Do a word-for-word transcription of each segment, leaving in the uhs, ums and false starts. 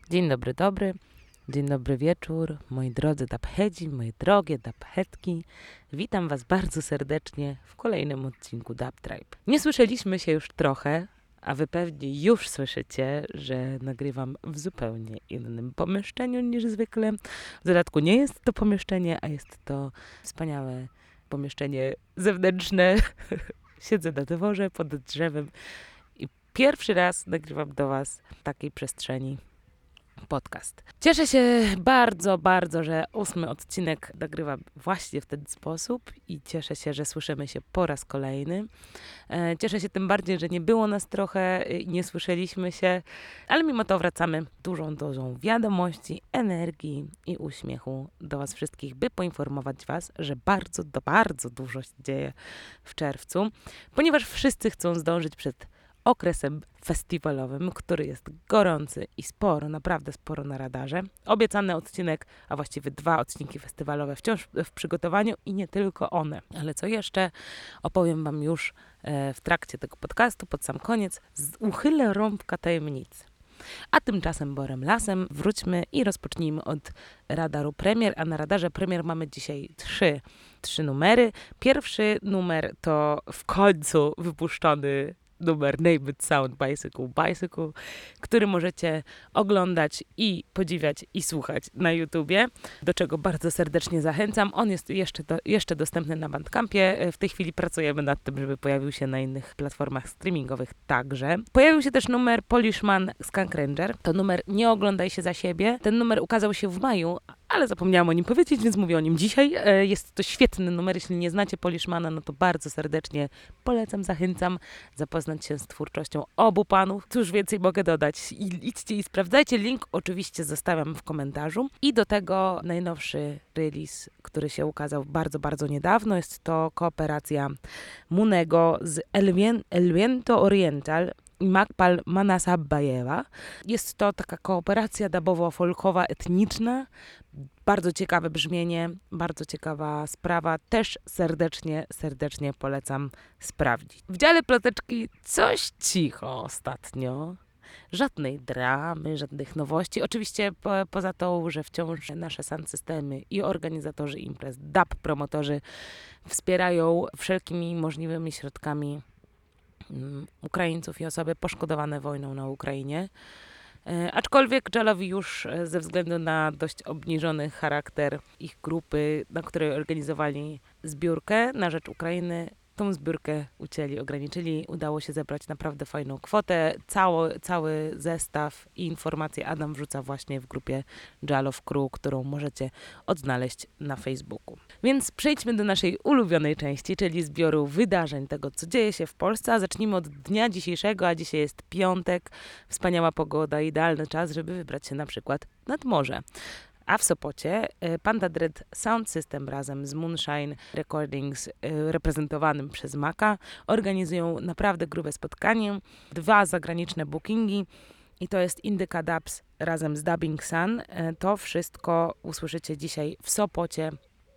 Dzień dobry, dobry. Dzień dobry wieczór, moi drodzy dubheadzi, moje drogie dubheadki. Witam was bardzo serdecznie w kolejnym odcinku Dub Tribe. Nie słyszeliśmy się już trochę, a wy pewnie już słyszycie, że nagrywam w zupełnie innym pomieszczeniu niż zwykle. W dodatku nie jest to pomieszczenie, a jest to wspaniałe pomieszczenie zewnętrzne. Siedzę na dworze pod drzewem i pierwszy raz nagrywam do was w takiej przestrzeni podcast. Cieszę się bardzo, bardzo, że ósmy odcinek nagrywam właśnie w ten sposób i cieszę się, że słyszymy się po raz kolejny. E, cieszę się tym bardziej, że nie było nas trochę i nie słyszeliśmy się, ale mimo to wracamy dużą dozą wiadomości, energii i uśmiechu do was wszystkich, by poinformować was, że bardzo, bardzo dużo się dzieje w czerwcu, ponieważ wszyscy chcą zdążyć przed okresem festiwalowym, który jest gorący i sporo, naprawdę sporo na radarze. Obiecany odcinek, a właściwie dwa odcinki festiwalowe wciąż w przygotowaniu i nie tylko one. Ale co jeszcze? Opowiem wam już e, w trakcie tego podcastu, pod sam koniec. Z, uchylę rąbka tajemnicy. A tymczasem borem lasem wróćmy i rozpocznijmy od radaru premier, a na radarze premier mamy dzisiaj trzy, trzy numery. Pierwszy numer to w końcu wypuszczony numer Name It Sound Bicycle Bicycle, który możecie oglądać i podziwiać i słuchać na YouTubie, do czego bardzo serdecznie zachęcam. On jest jeszcze, do, jeszcze dostępny na Bandcampie. W tej chwili pracujemy nad tym, żeby pojawił się na innych platformach streamingowych także. Pojawił się też numer Polishman Skunk Ranger. To numer Nie oglądaj się za siebie. Ten numer ukazał się w maju, ale zapomniałam o nim powiedzieć, więc mówię o nim dzisiaj. Jest to świetny numer. Jeśli nie znacie Polishmana, no to bardzo serdecznie polecam, zachęcam zapoznać się z twórczością obu panów. Cóż więcej mogę dodać? I, idźcie i sprawdzajcie. Link oczywiście zostawiam w komentarzu. I do tego najnowszy release, który się ukazał bardzo, bardzo niedawno. Jest to kooperacja Munego z Elvien, Elviento Oriental i Makpal Manasabbajewa. Jest to taka kooperacja dubowo-folkowa, etniczna. Bardzo ciekawe brzmienie, bardzo ciekawa sprawa. Też serdecznie, serdecznie polecam sprawdzić. W dziale ploteczki coś cicho ostatnio. Żadnej dramy, żadnych nowości. Oczywiście po, poza tą, że wciąż nasze sound systemy i organizatorzy imprez, dub promotorzy wspierają wszelkimi możliwymi środkami um, Ukraińców i osoby poszkodowane wojną na Ukrainie. E, aczkolwiek Jalowi już e, ze względu na dość obniżony charakter ich grupy, na której organizowali zbiórkę na rzecz Ukrainy, tą zbiórkę ucięli, ograniczyli. Udało się zebrać naprawdę fajną kwotę. Cały, cały zestaw i informacje Adam wrzuca właśnie w grupie Jalow Crew, którą możecie odnaleźć na Facebooku. Więc przejdźmy do naszej ulubionej części, czyli zbioru wydarzeń, tego co dzieje się w Polsce. A zacznijmy od dnia dzisiejszego, a dzisiaj jest piątek. Wspaniała pogoda, idealny czas, żeby wybrać się na przykład nad morze. A w Sopocie Panda Dread Sound System razem z Moonshine Recordings reprezentowanym przez Maka organizują naprawdę grube spotkanie. Dwa zagraniczne bookingi i to jest Indica Dubs razem z Dubbing Sun. To wszystko usłyszycie dzisiaj w Sopocie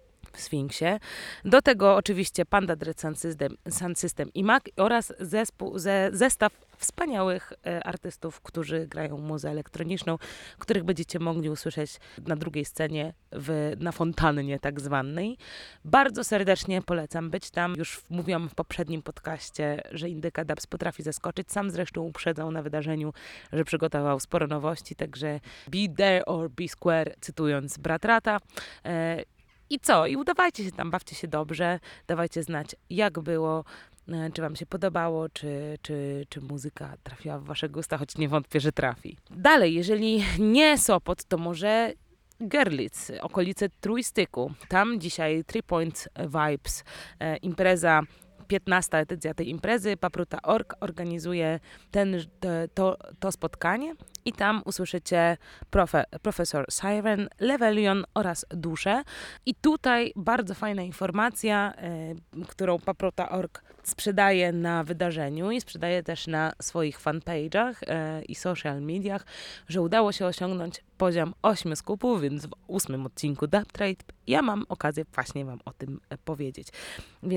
w Sfinksie. Do tego oczywiście Panda Dread Sound System, Sound System i Mac oraz zespół, ze, zestaw wspaniałych e, artystów, którzy grają muzę elektroniczną, których będziecie mogli usłyszeć na drugiej scenie w, na fontannie tak zwanej. Bardzo serdecznie polecam być tam. Już mówiłam w poprzednim podcaście, że Indica Dubs potrafi zaskoczyć. Sam zresztą uprzedzał na wydarzeniu, że przygotował sporo nowości, także be there or be square, cytując Brat Rata. E, I co? I udawajcie się tam, bawcie się dobrze, dawajcie znać, jak było, czy wam się podobało, czy, czy, czy muzyka trafiła w wasze gusta, choć nie wątpię, że trafi. Dalej, jeżeli nie Sopot, to może Görlitz, okolice Trójstyku. Tam dzisiaj Three Point Vibes, e, impreza, piętnasta edycja tej imprezy. Papruta kropka org organizuje ten, to, to spotkanie i tam usłyszycie profe, profesor Siren, Levelion oraz Duszę. I tutaj bardzo fajna informacja, y, którą Papruta kropka org sprzedaje na wydarzeniu i sprzedaje też na swoich fanpage'ach y, i social mediach, że udało się osiągnąć poziom ośmiu skupów, więc w ósmym odcinku Dub Trade ja mam okazję właśnie wam o tym powiedzieć. Więc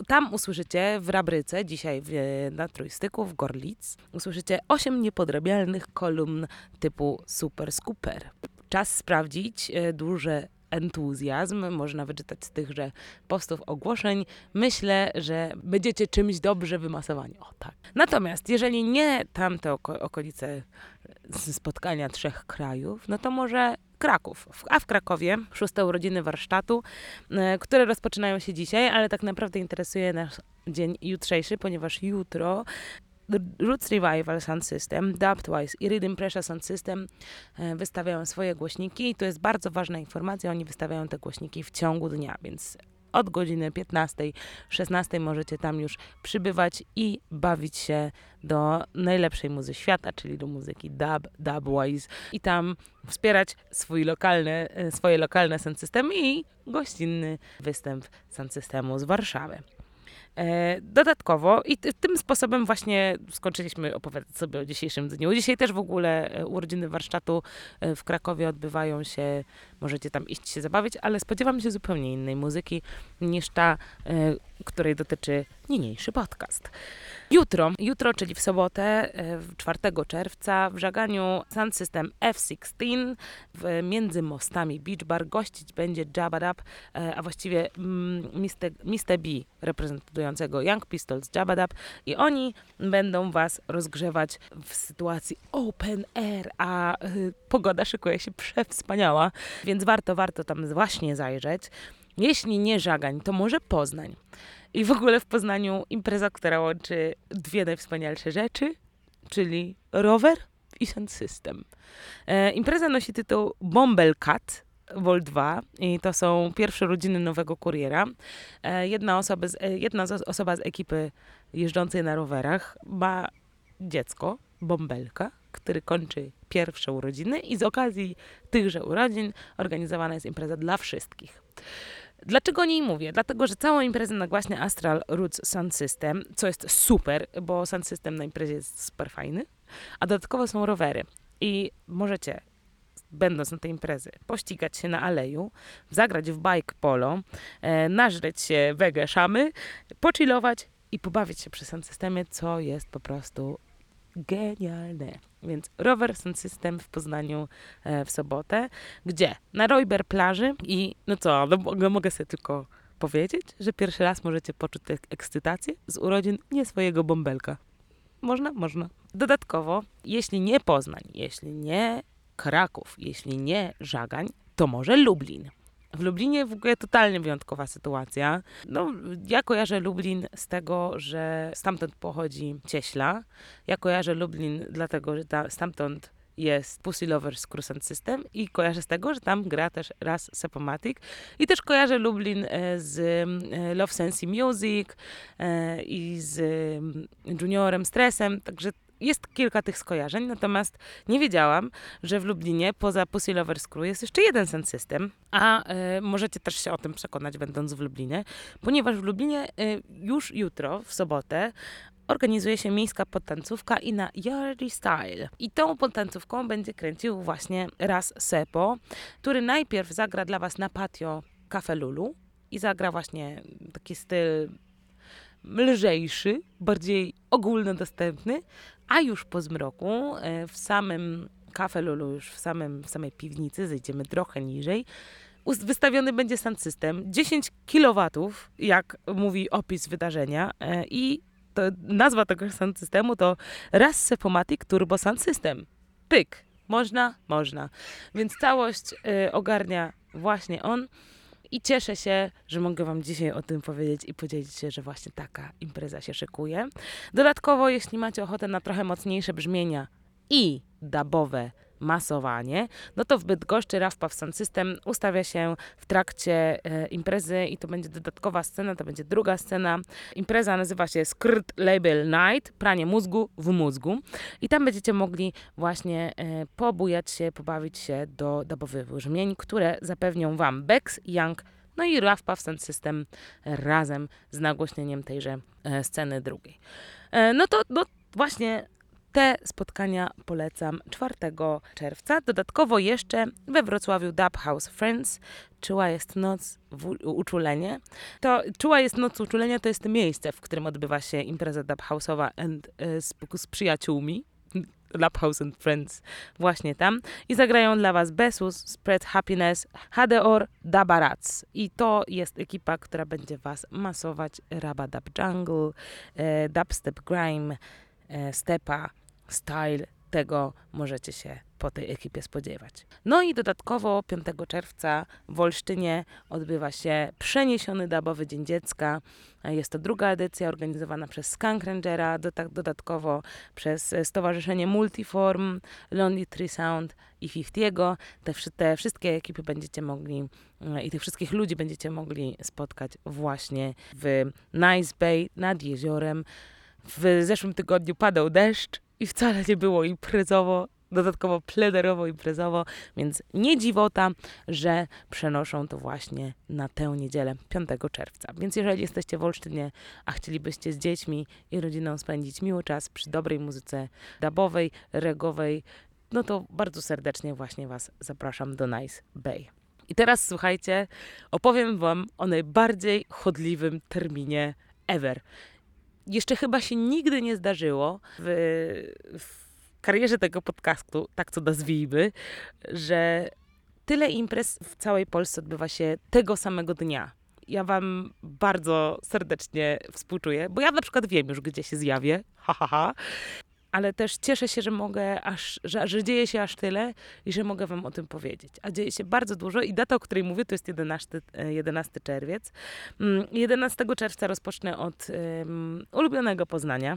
tam usłyszycie w Rabryce, dzisiaj w, na Trójstyku, w Gorlic, usłyszycie osiem niepodrabialnych kolumn typu Super Scooper. Czas sprawdzić e, duże entuzjazm, można wyczytać z tychże postów ogłoszeń. Myślę, że będziecie czymś dobrze wymasowani. O tak. Natomiast jeżeli nie tamte oko- okolice spotkania trzech krajów, no to może Kraków. A w Krakowie szóste urodziny warsztatu, e, które rozpoczynają się dzisiaj, ale tak naprawdę interesuje nas dzień jutrzejszy, ponieważ jutro Roots Revival Sound System, Dubtwise i Rhythm Pressure Sound System e, wystawiają swoje głośniki i to jest bardzo ważna informacja, oni wystawiają te głośniki w ciągu dnia, więc od godziny piętnastej, szesnastej możecie tam już przybywać i bawić się do najlepszej muzyki świata, czyli do muzyki dub, dubwise i tam wspierać swój lokalny, swoje lokalne sound systemy i gościnny występ sound systemu z Warszawy. E, dodatkowo i t- tym sposobem właśnie skończyliśmy opowiadać sobie o dzisiejszym dniu. Dzisiaj też w ogóle e, urodziny warsztatu e, w Krakowie odbywają się, możecie tam iść się zabawić, ale spodziewam się zupełnie innej muzyki niż ta, e, której dotyczy niniejszy podcast. Jutro, jutro, czyli w sobotę, e, czwartego czerwca w Żaganiu Sound System F szesnaście w, między mostami Beach Bar gościć będzie Jabba Dub, e, a właściwie mm, mister B reprezentującego Young Pistols Jabba Dub i oni będą was rozgrzewać w sytuacji open air, a y, pogoda szykuje się przewspaniała, więc warto, warto tam właśnie zajrzeć. Jeśli nie Żagań, to może Poznań. I w ogóle w Poznaniu impreza, która łączy dwie najwspanialsze rzeczy, czyli rower i sound system. E, impreza nosi tytuł Bombelcat Vol dwa i to są pierwsze rodziny nowego kuriera. E, jedna osoba z, e, jedna z osoba z ekipy jeżdżącej na rowerach ma dziecko, bąbelka, który kończy pierwsze urodziny i z okazji tychże urodzin organizowana jest impreza dla wszystkich. Dlaczego o niej mówię? Dlatego, że całą imprezę nagłaśnia Astral Roots Sound System, co jest super, bo sound system na imprezie jest super fajny, a dodatkowo są rowery i możecie, będąc na tej imprezy, pościgać się na aleju, zagrać w bike polo, e, nażreć się wege szamy, pochillować i pobawić się przy sound systemie, co jest po prostu genialne. Więc rower sound system w Poznaniu e, w sobotę. Gdzie? Na Rojber plaży i no co, no, mogę, mogę sobie tylko powiedzieć, że pierwszy raz możecie poczuć ek- ekscytację z urodzin nie swojego bąbelka. Można? Można. Dodatkowo, jeśli nie Poznań, jeśli nie Kraków, jeśli nie Żagań, to może Lublin. W Lublinie w ogóle totalnie wyjątkowa sytuacja. No, ja kojarzę Lublin z tego, że stamtąd pochodzi Cieśla. Ja kojarzę Lublin dlatego, że ta, stamtąd jest Pussy Lovers Crew Sound System i kojarzę z tego, że tam gra też Raz Sepomatic. I też kojarzę Lublin e, z e, Love Sensi Music e, i z e, Juniorem Stressem, także jest kilka tych skojarzeń, natomiast nie wiedziałam, że w Lublinie poza Pussy Lovers Crew jest jeszcze jeden sound system, a e, możecie też się o tym przekonać, będąc w Lublinie, ponieważ w Lublinie e, już jutro, w sobotę, organizuje się miejska podtancówka i na Yardy Style. I tą podtancówką będzie kręcił właśnie Raz Sepo, który najpierw zagra dla was na patio Cafe Lulu i zagra właśnie taki styl lżejszy, bardziej ogólnodostępny, a już po zmroku w samym Cafe Lulu, już w, samym, w samej piwnicy, zejdziemy trochę niżej, wystawiony będzie sound system dziesięć kilowatów, jak mówi opis wydarzenia i to, nazwa tego sound systemu to Raz Sepomatic Turbo Sound System. Pyk. Można? Można. Więc całość y, ogarnia właśnie on. I cieszę się, że mogę wam dzisiaj o tym powiedzieć i podzielić się, że właśnie taka impreza się szykuje. Dodatkowo, jeśli macie ochotę na trochę mocniejsze brzmienia i dubowe masowanie, no to w Bydgoszczy Rawpaw Sound System ustawia się w trakcie e, imprezy i to będzie dodatkowa scena, to będzie druga scena. Impreza nazywa się Skrt Label Night, pranie mózgu w mózgu i tam będziecie mogli właśnie e, pobujać się, pobawić się do dubowych brzmień, które zapewnią wam Bex, Young, no i Rawpaw Sound System razem z nagłośnieniem tejże e, sceny drugiej. E, no to no właśnie Te spotkania polecam czwartego czerwca. Dodatkowo jeszcze we Wrocławiu Dub House Friends. Czuła jest noc w uczulenie. To Czuła jest noc uczulenia to jest miejsce, w którym odbywa się impreza dub house'owa and, y, z, z przyjaciółmi. Dub House and Friends właśnie tam. I zagrają dla was Besus, Spread Happiness, Hadeor, Dabarats. I to jest ekipa, która będzie was masować Raba Dub Jungle, e, Dubstep Grime, e, Stepa, Style. Tego możecie się po tej ekipie spodziewać. No i dodatkowo piątego czerwca w Olsztynie odbywa się Przeniesiony Dubowy Dzień Dziecka. Jest to druga edycja organizowana przez Skunk Rangera, dodatkowo przez Stowarzyszenie Multiform, Lonely Tree Sound i Fiftiego. Te, te wszystkie ekipy będziecie mogli i tych wszystkich ludzi będziecie mogli spotkać właśnie w Nice Bay nad jeziorem. W zeszłym tygodniu padał deszcz i wcale nie było imprezowo, dodatkowo plenerowo imprezowo, więc nie dziwota, że przenoszą to właśnie na tę niedzielę, piątego czerwca. Więc jeżeli jesteście w Olsztynie, a chcielibyście z dziećmi i rodziną spędzić miły czas przy dobrej muzyce dubowej, regowej, no to bardzo serdecznie właśnie was zapraszam do Nice Bay. I teraz słuchajcie, opowiem wam o najbardziej chodliwym terminie ever. Jeszcze chyba się nigdy nie zdarzyło w, w karierze tego podcastu, tak co nazwijmy, że tyle imprez w całej Polsce odbywa się tego samego dnia. Ja wam bardzo serdecznie współczuję, bo ja na przykład wiem już, gdzie się zjawię, ha, ha, ha. Ale też cieszę się, że mogę, aż, że, że dzieje się aż tyle i że mogę wam o tym powiedzieć. A dzieje się bardzo dużo i data, o której mówię, to jest jedenasty czerwiec. jedenastego czerwca rozpocznę od um, ulubionego Poznania.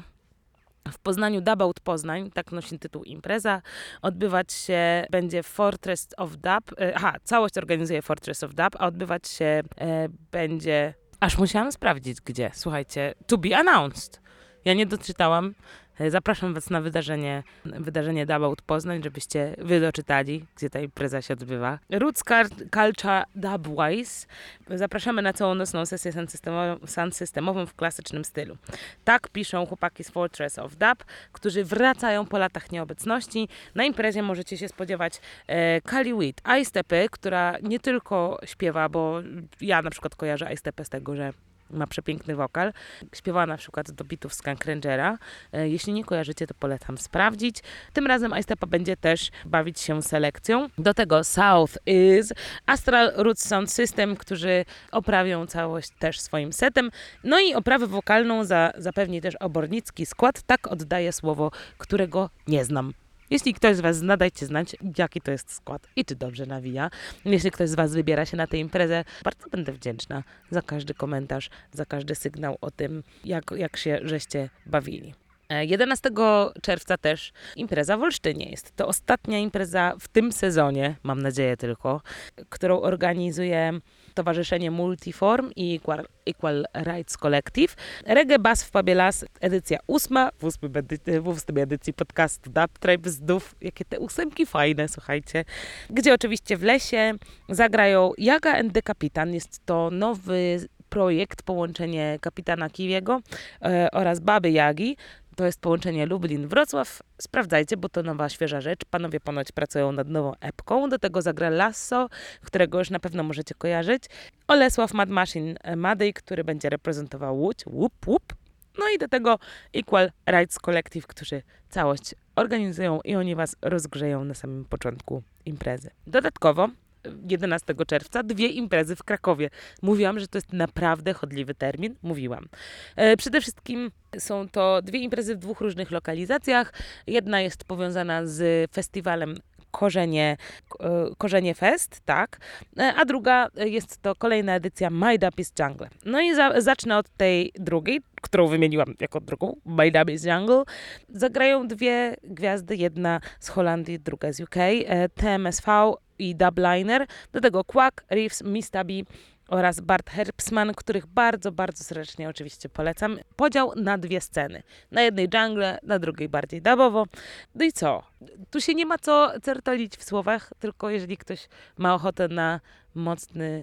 W Poznaniu Dubout Poznań, tak nosi tytuł impreza, odbywać się będzie Fortress of Dub. Aha, całość organizuje Fortress of Dub, a odbywać się e, będzie... Aż musiałam sprawdzić, gdzie. Słuchajcie, to be announced. Ja nie doczytałam. Zapraszam was na wydarzenie, wydarzenie Dubout Poznań, żebyście wy doczytali, gdzie ta impreza się odbywa. Roots Culture Dubwise. Zapraszamy na całonocną sesję sound-systemową, sound-systemową w klasycznym stylu. Tak piszą chłopaki z Fortress of Dub, którzy wracają po latach nieobecności. Na imprezie możecie się spodziewać e, Kali Weed, Ice-Stepy, która nie tylko śpiewa, bo ja na przykład kojarzę Ice-Stepę z tego, że ma przepiękny wokal. Śpiewała na przykład do bitów Skunk Rangera. E, jeśli nie kojarzycie, to polecam sprawdzić. Tym razem Ice-Stepa będzie też bawić się selekcją. Do tego South is Astral Roots Sound System, którzy oprawią całość też swoim setem. No i oprawę wokalną za, zapewni też obornicki skład. Tak oddaję słowo, którego nie znam. Jeśli ktoś z was zna, dajcie znać, jaki to jest skład i czy dobrze nawija. Jeśli ktoś z was wybiera się na tę imprezę, bardzo będę wdzięczna za każdy komentarz, za każdy sygnał o tym, jak, jak się żeście bawili. jedenastego czerwca też impreza w Olsztynie. Jest to ostatnia impreza w tym sezonie, mam nadzieję tylko, którą organizuje Stowarzyszenie Multiform i Equal, Equal Rights Collective. Reggae Bass w Pubie Las, edycja ósma, w ósmej edycji, w ósmej edycji podcastu Dub Tribe Zdów. Jakie te ósemki fajne, słuchajcie. Gdzie oczywiście w lesie zagrają Jaga and the Kapitan. Jest to nowy projekt, połączenie Kapitana Kiwiego e, oraz Baby Jagi. To jest połączenie Lublin-Wrocław. Sprawdzajcie, bo to nowa, świeża rzecz. Panowie ponoć pracują nad nową epką. Do tego zagra Lasso, którego już na pewno możecie kojarzyć. Olesław Mad Machine Madej, który będzie reprezentował Łódź. Łup, łup. No i do tego Equal Rights Collective, którzy całość organizują i oni was rozgrzeją na samym początku imprezy. Dodatkowo jedenastego czerwca dwie imprezy w Krakowie. Mówiłam, że to jest naprawdę chodliwy termin. Mówiłam. E, przede wszystkim są to dwie imprezy w dwóch różnych lokalizacjach. Jedna jest powiązana z festiwalem Korzenie, Korzenie Fest, tak, a druga jest to kolejna edycja My Dub is Jungle. No i za, zacznę od tej drugiej, którą wymieniłam jako drugą, My Dub is Jungle. Zagrają dwie gwiazdy, jedna z Holandii, druga z U K, T M S V i Dubliner, do tego Quack, Reeves, Mistabi oraz Bart Herbsman, których bardzo, bardzo serdecznie oczywiście polecam. Podział na dwie sceny. Na jednej jungle, na drugiej bardziej dubowo. No i co? Tu się nie ma co certolić w słowach, tylko jeżeli ktoś ma ochotę na mocny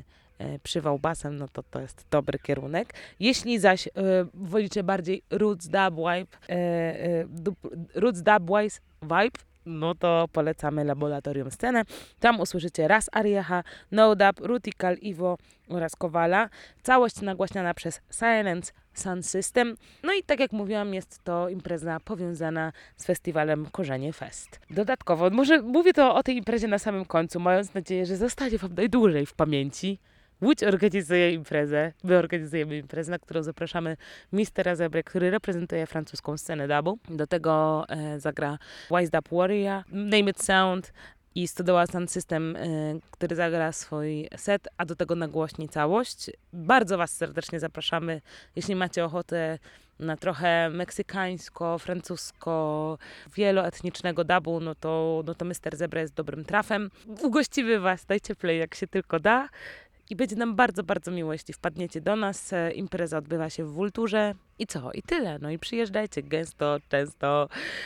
e, przywał basem, no to to jest dobry kierunek. Jeśli zaś e, wolicie bardziej roots dub vibe, e, e, roots dub wise vibe, no to polecamy Laboratorium Scenę. Tam usłyszycie Raz Ariecha, No Dub, Rutical, Iwo oraz Kowala. Całość nagłaśniana przez Silence Sound System. No i tak jak mówiłam, jest to impreza powiązana z festiwalem Korzenie Fest. Dodatkowo, może mówię to o tej imprezie na samym końcu, mając nadzieję, że zostanie wam najdłużej w pamięci. Łódź organizuje imprezę, my organizujemy imprezę, na którą zapraszamy mistera Zebrę, który reprezentuje francuską scenę dubu. Do tego e, zagra Wise Dub Warrior, Name It Sound i Stodoła Sound System, e, który zagra swój set, a do tego nagłośni całość. Bardzo was serdecznie zapraszamy, jeśli macie ochotę na trochę meksykańsko, francusko, wieloetnicznego dubu, no to, no to mister Zebra jest dobrym trafem. Ugościmy was najcieplej jak się tylko da. I będzie nam bardzo, bardzo miło, jeśli wpadniecie do nas. Impreza odbywa się w Wulturze. I co? I tyle. No i przyjeżdżajcie gęsto, często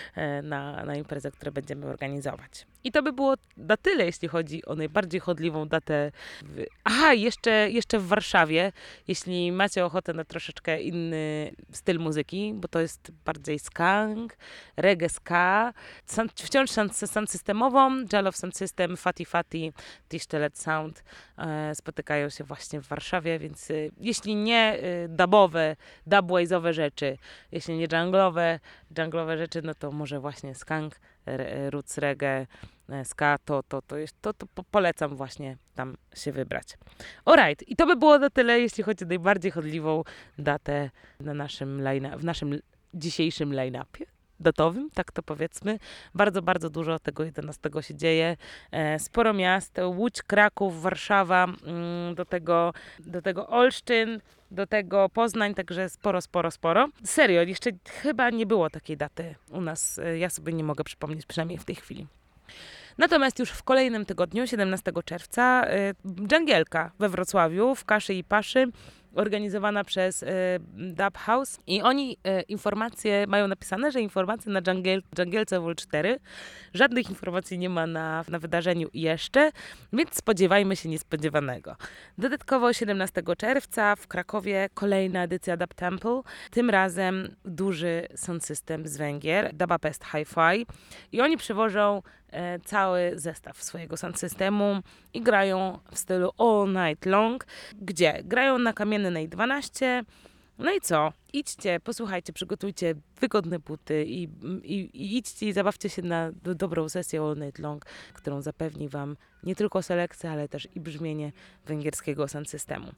na, na imprezę, które będziemy organizować. I to by było na tyle, jeśli chodzi o najbardziej chodliwą datę. W... Aha, jeszcze, jeszcze w Warszawie, jeśli macie ochotę na troszeczkę inny styl muzyki, bo to jest bardziej skang, reggae ska, sound, wciąż sound, sound systemową, Jal of Sound System, Fati Fati, Tisztelet Sound e, spotykają się właśnie w Warszawie, więc y, jeśli nie y, dubowe, dubwaze'owe rzeczy, jeśli nie junglowe, junglowe rzeczy, no to może właśnie skang, re, roots reggae, ska, to, to, to, jest, to, to polecam właśnie tam się wybrać. Alright, i to by było na tyle, jeśli chodzi o najbardziej chodliwą datę na naszym line, w naszym dzisiejszym line-upie datowym, tak to powiedzmy. Bardzo, bardzo dużo tego jedenastego się dzieje. E, sporo miast, Łódź, Kraków, Warszawa, mm, do tego, do tego Olsztyn, do tego Poznań, także sporo, sporo, sporo. Serio, jeszcze chyba nie było takiej daty u nas. Ja sobie nie mogę przypomnieć, przynajmniej w tej chwili. Natomiast już w kolejnym tygodniu, siedemnastego czerwca, y, dżangielka we Wrocławiu, w Kaszy i Paszy, organizowana przez y, Dub House i oni y, informacje, mają napisane, że informacje na dżangiel, dżangielce W O L cztery, żadnych informacji nie ma na, na wydarzeniu jeszcze, więc spodziewajmy się niespodziewanego. Dodatkowo siedemnastego czerwca w Krakowie kolejna edycja Dub Temple, tym razem duży sound system z Węgier, Dubapest Hi-Fi i oni przywożą e, cały zestaw swojego sound systemu i grają w stylu all night long, gdzie grają na Kamiennej dwanaście. No i co? Idźcie, posłuchajcie, przygotujcie wygodne buty i, i, i idźcie i zabawcie się na do, dobrą sesję all night long, którą zapewni wam nie tylko selekcja, ale też i brzmienie węgierskiego sound systemu.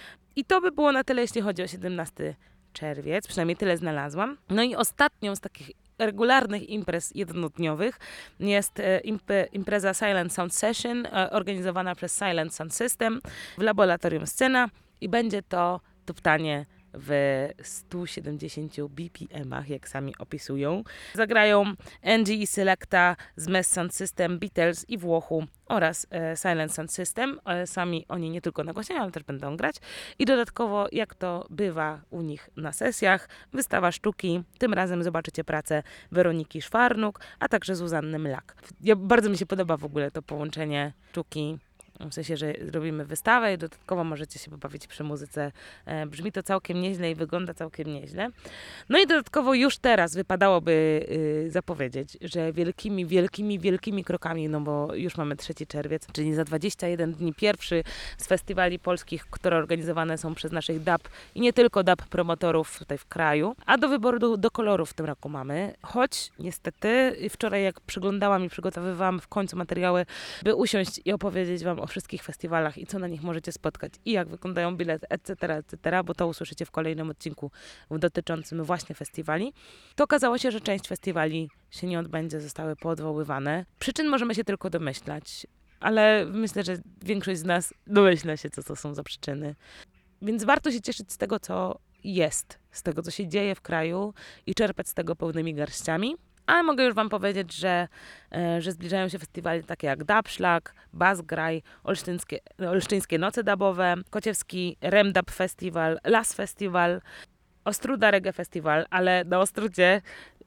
I to by było na tyle, jeśli chodzi o siedemnasty czerwiec, przynajmniej tyle znalazłam. No i ostatnią z takich regularnych imprez jednodniowych jest e, imp- impreza Silent Sound Session, e, organizowana przez Silent Sound System w Laboratorium Scena i będzie to tuptanie w stu siedemdziesięciu B P M-ach, jak sami opisują. Zagrają N G i Selecta z Mess Sound System, Beatles i Włochu oraz e, Silent Sound System. E, sami oni nie tylko nagłaśniają, ale też będą grać. I dodatkowo, jak to bywa u nich na sesjach, wystawa sztuki. Tym razem zobaczycie pracę Weroniki Szwarnuk, a także Zuzanny Mlak. Ja, bardzo mi się podoba w ogóle to połączenie sztuki. W sensie, że robimy wystawę i dodatkowo możecie się pobawić przy muzyce. E, brzmi to całkiem nieźle i wygląda całkiem nieźle. No i dodatkowo już teraz wypadałoby y, zapowiedzieć, że wielkimi, wielkimi, wielkimi krokami, no bo już mamy trzeci czerwiec, czyli za dwadzieścia jeden dni pierwszy z festiwali polskich, które organizowane są przez naszych dub i nie tylko dub promotorów tutaj w kraju, a do wyboru do, do kolorów w tym roku mamy. Choć niestety wczoraj jak przyglądałam i przygotowywałam w końcu materiały, by usiąść i opowiedzieć wam o wszystkich festiwalach i co na nich możecie spotkać i jak wyglądają bilety, et cetera, et cetera, bo to usłyszycie w kolejnym odcinku dotyczącym właśnie festiwali, to okazało się, że część festiwali się nie odbędzie, zostały poodwoływane. Przyczyn możemy się tylko domyślać, ale myślę, że większość z nas domyśla się, co to są za przyczyny. Więc warto się cieszyć z tego, co jest, z tego, co się dzieje w kraju i czerpać z tego pełnymi garściami. Ale mogę już wam powiedzieć, że, e, że zbliżają się festiwale takie jak Dubszlak, Basgraj, Olsztyńskie, Olsztyńskie Noce Dubowe, Kociewski Remdub Festiwal, Las Festiwal, Ostruda Reggae Festiwal, ale na Ostrudzie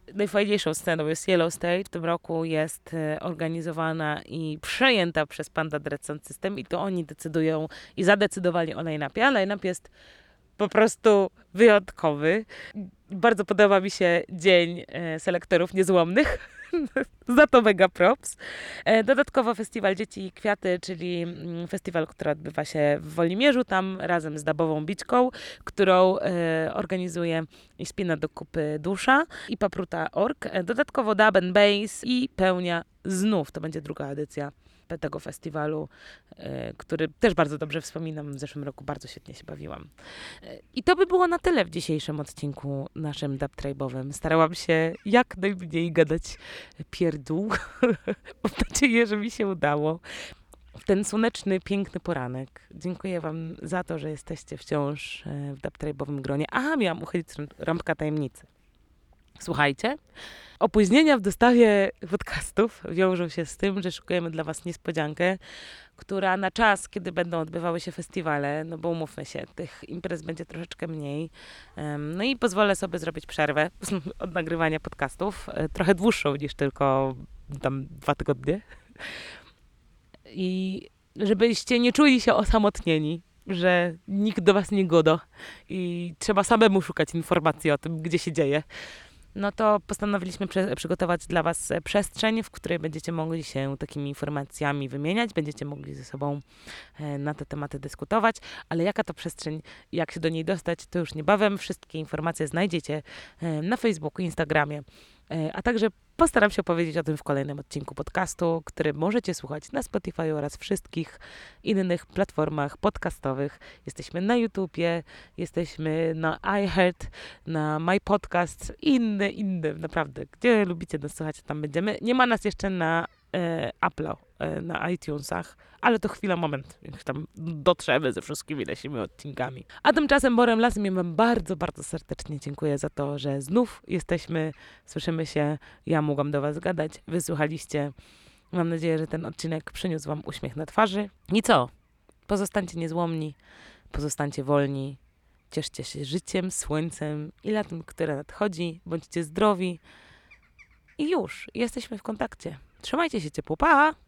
najfajniejszą sceną jest Yellow Stage. W tym roku jest e, organizowana i przejęta przez Panda Dread Sound System i to oni decydują i zadecydowali o line-upie, a line-up jest po prostu wyjątkowy. Bardzo podoba mi się Dzień e, Selektorów Niezłomnych. Za to mega props. E, dodatkowo Festiwal Dzieci i Kwiaty, czyli mm, festiwal, który odbywa się w Wolimierzu, tam razem z Dabową Bićką, którą e, organizuje i spina do kupy Dusza i Papruta kropka org. E, dodatkowo Dub and Bass i Pełnia znów. To będzie druga edycja tego festiwalu, e, który też bardzo dobrze wspominam. W zeszłym roku bardzo świetnie się bawiłam. E, I to by było na tyle w dzisiejszym odcinku naszym Dub Tribe'owym. Starałam się jak najmniej gadać pierdół. Mam nadzieję, że mi się udało. W ten słoneczny, piękny poranek. Dziękuję wam za to, że jesteście wciąż e, w Dub Tribe'owym gronie. Aha, miałam uchylić rąbka tajemnicy. Słuchajcie, opóźnienia w dostawie podcastów wiążą się z tym, że szykujemy dla was niespodziankę, która na czas, kiedy będą odbywały się festiwale, no bo umówmy się, tych imprez będzie troszeczkę mniej, no i pozwolę sobie zrobić przerwę od nagrywania podcastów, trochę dłuższą niż tylko tam dwa tygodnie. I żebyście nie czuli się osamotnieni, że nikt do was nie godo i trzeba samemu szukać informacji o tym, gdzie się dzieje, no to postanowiliśmy prze- przygotować dla was przestrzeń, w której będziecie mogli się takimi informacjami wymieniać, będziecie mogli ze sobą e, na te tematy dyskutować, ale jaka to przestrzeń, jak się do niej dostać, to już niebawem. Wszystkie informacje znajdziecie e, na Facebooku, Instagramie, e, a także postaram się opowiedzieć o tym w kolejnym odcinku podcastu, który możecie słuchać na Spotify oraz wszystkich innych platformach podcastowych. Jesteśmy na YouTubie, jesteśmy na iHeart, na My Podcast i inne, inne, naprawdę. Gdzie lubicie nas słuchać, tam będziemy. Nie ma nas jeszcze na e, Apple'u, e, na iTunesach, ale to chwila, moment, jak tam dotrzemy ze wszystkimi naszymi odcinkami. A tymczasem Borem Lasem ja wam bardzo, bardzo serdecznie dziękuję za to, że znów jesteśmy, słyszymy się, ja mogłam do was gadać, wysłuchaliście. Mam nadzieję, że ten odcinek przyniósł wam uśmiech na twarzy. I co? Pozostańcie niezłomni, pozostańcie wolni, cieszcie się życiem, słońcem i latem, które nadchodzi. Bądźcie zdrowi i już, jesteśmy w kontakcie. Trzymajcie się ciepło, pa!